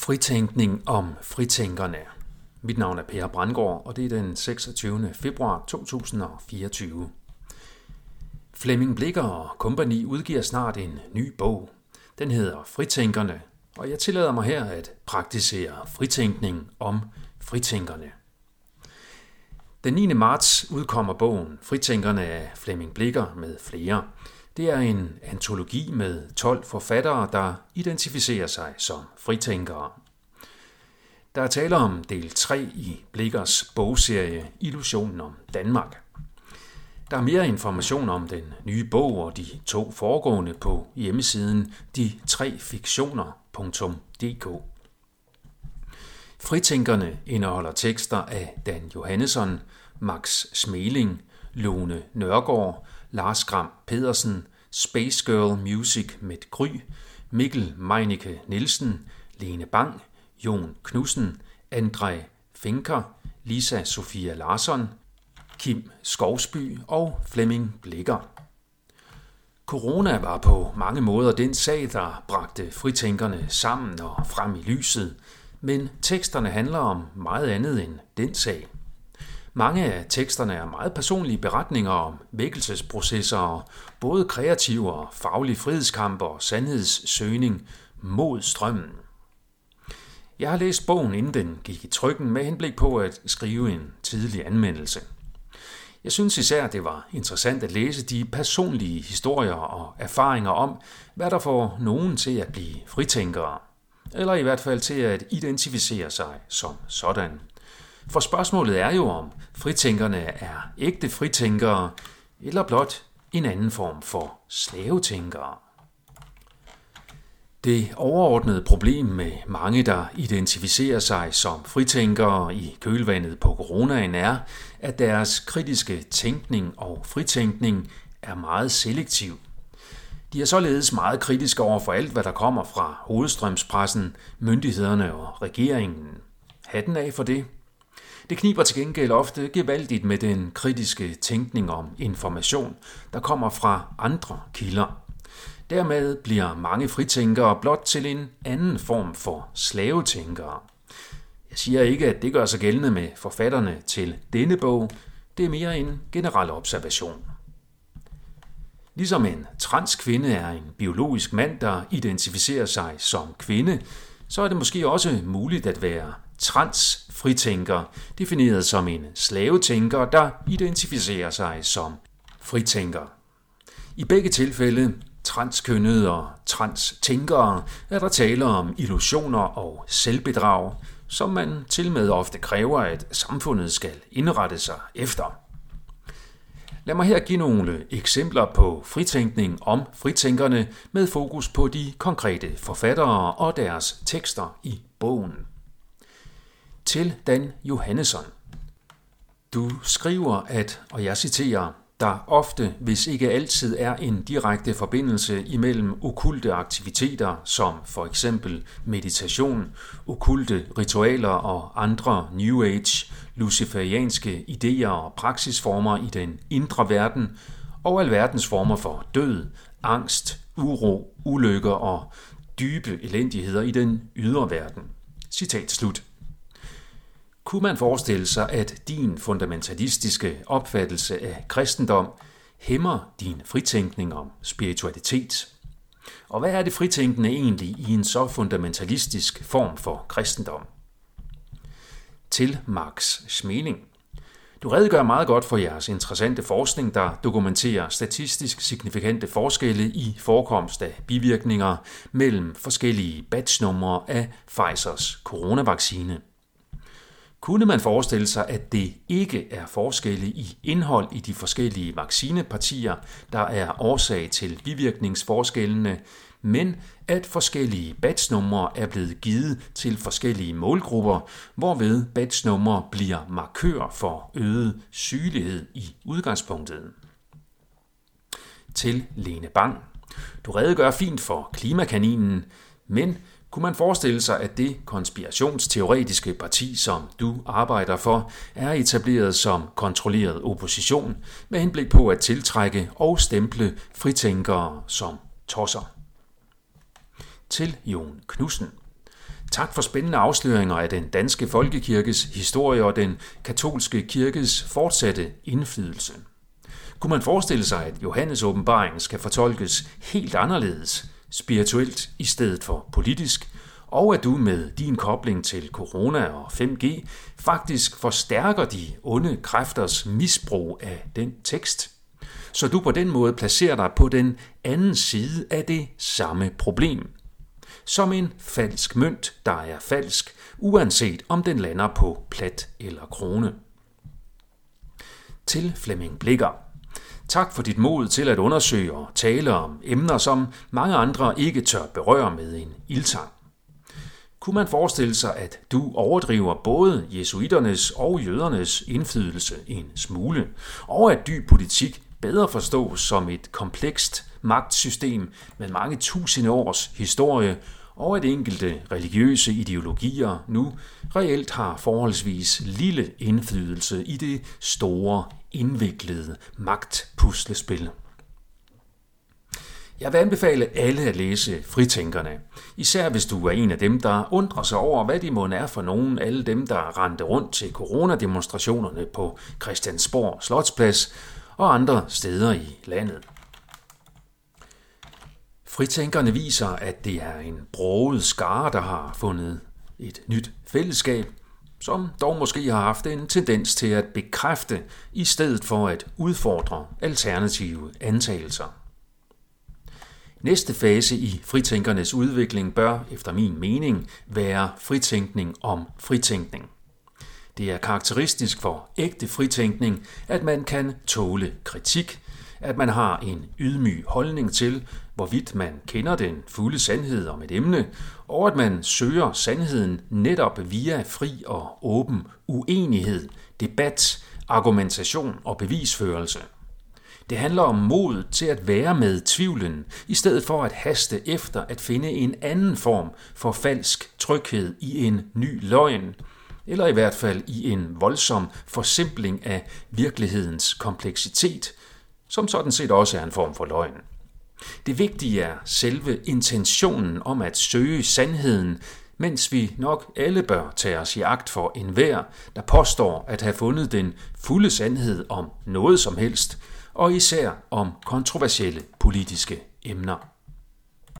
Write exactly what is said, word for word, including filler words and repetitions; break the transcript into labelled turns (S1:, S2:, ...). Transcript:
S1: Fritænkning om fritænkerne. Mit navn er Per Brandgaard, og det er den seksogtyvende februar to tusind og fireogtyve. Flemming Blicher og kompagni udgiver snart en ny bog. Den hedder Fritænkerne, og jeg tillader mig her at praktisere fritænkning om fritænkerne. Den niende marts udkommer bogen Fritænkerne af Flemming Blicher med flere. Det er en antologi med tolv forfattere, der identificerer sig som fritænkere. Der er tale om del tre i Blichers bogserie Illusionen om Danmark. Der er mere information om den nye bog og de to foregående på hjemmesiden de tre fiktioner punktum d k. Fritænkerne indeholder tekster af Dan Johannesson, Max Schmeling, Lone Nørgaard, Lars Gram Pedersen, Space Girl Music med Gry, Mikkel Meinicke Nielsen, Lene Bang, Jon Knudsen, André Finker, Lisa Sofia Larsson, Kim Skovsby og Flemming Blicher. Corona var på mange måder den sag, der bragte fritænkerne sammen og frem i lyset, men teksterne handler om meget andet end den sag. Mange af teksterne er meget personlige beretninger om vækkelsesprocesser og både kreativ og faglig frihedskamp og sandhedssøgning mod strømmen. Jeg har læst bogen, inden den gik i trykken, med henblik på at skrive en tidlig anmeldelse. Jeg synes især, det var interessant at læse de personlige historier og erfaringer om, hvad der får nogen til at blive fritænkere, eller i hvert fald til at identificere sig som sådan. For spørgsmålet er jo, om fritænkerne er ægte fritænkere, eller blot en anden form for slavetænkere. Det overordnede problem med mange, der identificerer sig som fritænkere i kølvandet på coronaen, er, at deres kritiske tænkning og fritænkning er meget selektiv. De er således meget kritiske over for alt, hvad der kommer fra hovedstrømspressen, myndighederne og regeringen. Hatten af for det. Det kniber til gengæld ofte gevaldigt med den kritiske tænkning om information, der kommer fra andre kilder. Dermed bliver mange fritænkere blot til en anden form for slavetænkere. Jeg siger ikke, at det gør sig gældende med forfatterne til denne bog. Det er mere en generel observation. Ligesom en transkvinde er en biologisk mand, der identificerer sig som kvinde, så er det måske også muligt at være transfritænker, defineret som en slavetænker, der identificerer sig som fritænker. I begge tilfælde, transkønnede og transtænkere, er der tale om illusioner og selvbedrag, som man til med ofte kræver, at samfundet skal indrette sig efter. Lad mig her give nogle eksempler på fritænkning om fritænkerne med fokus på de konkrete forfattere og deres tekster i bogen. Til Dan Johannesson. Du skriver, at, og jeg citerer, der ofte, hvis ikke altid, er en direkte forbindelse imellem okkulte aktiviteter, som for eksempel meditation, okkulte ritualer og andre New Age, luciferianske idéer og praksisformer i den indre verden, og alverdens former for død, angst, uro, ulykker og dybe elendigheder i den ydre verden. Citat slut. Kunne man forestille sig, at din fundamentalistiske opfattelse af kristendom hæmmer din fritænkning om spiritualitet? Og hvad er det fritænkende egentlig i en så fundamentalistisk form for kristendom? Til Max Schmeling. Du redegør meget godt for jeres interessante forskning, der dokumenterer statistisk signifikante forskelle i forekomst af bivirkninger mellem forskellige batchnumre af Pfizers coronavaccine. Kunne man forestille sig, at det ikke er forskelle i indhold i de forskellige vaccinepartier, der er årsag til bivirkningsforskellene, men at forskellige batchnumre er blevet givet til forskellige målgrupper, hvorved batchnumre bliver markør for øget sygelighed i udgangspunktet? Til Lene Bang. Du redegør fint for klimakaninen, men kunne man forestille sig, at det konspirationsteoretiske parti, som du arbejder for, er etableret som kontrolleret opposition med henblik på at tiltrække og stemple fritænkere som tosser? Til Jon Knudsen. Tak for spændende afsløringer af den danske folkekirkes historie og den katolske kirkes fortsatte indflydelse. Kunne man forestille sig, at Johannes' åbenbaring skal fortolkes helt anderledes, spirituelt i stedet for politisk, og at du med din kobling til corona og fem G faktisk forstærker de onde kræfters misbrug af den tekst, så du på den måde placerer dig på den anden side af det samme problem. Som en falsk mønt, der er falsk, uanset om den lander på plat eller krone. Til Flemming Blicher. Tak for dit mod til at undersøge og tale om emner, som mange andre ikke tør berøre med en ildtang. Kunne man forestille sig, at du overdriver både jesuiternes og jødernes indflydelse en smule, og at dyb politik bedre forstås som et komplekst magtsystem med mange tusinde års historie, og at enkelte religiøse ideologier nu reelt har forholdsvis lille indflydelse i det store, indviklede magtpuslespil. Jeg vil anbefale alle at læse Fritænkerne, især hvis du er en af dem, der undrer sig over, hvad de mon er for nogen, alle dem, der rendte rundt til coronademonstrationerne på Christiansborg Slotsplads og andre steder i landet. Fritænkerne viser, at det er en broget skare, der har fundet et nyt fællesskab, som dog måske har haft en tendens til at bekræfte i stedet for at udfordre alternative antagelser. Næste fase i fritænkernes udvikling bør, efter min mening, være fritænkning om fritænkning. Det er karakteristisk for ægte fritænkning, at man kan tåle kritik, at man har en ydmyg holdning til, hvorvidt man kender den fulde sandhed om et emne, og at man søger sandheden netop via fri og åben uenighed, debat, argumentation og bevisførelse. Det handler om mod til at være med tvivlen, i stedet for at haste efter at finde en anden form for falsk tryghed i en ny løgn, eller i hvert fald i en voldsom forsimpling af virkelighedens kompleksitet, som sådan set også er en form for løgn. Det vigtige er selve intentionen om at søge sandheden, mens vi nok alle bør tage os i agt for enhver, der påstår at have fundet den fulde sandhed om noget som helst, og især om kontroversielle politiske emner.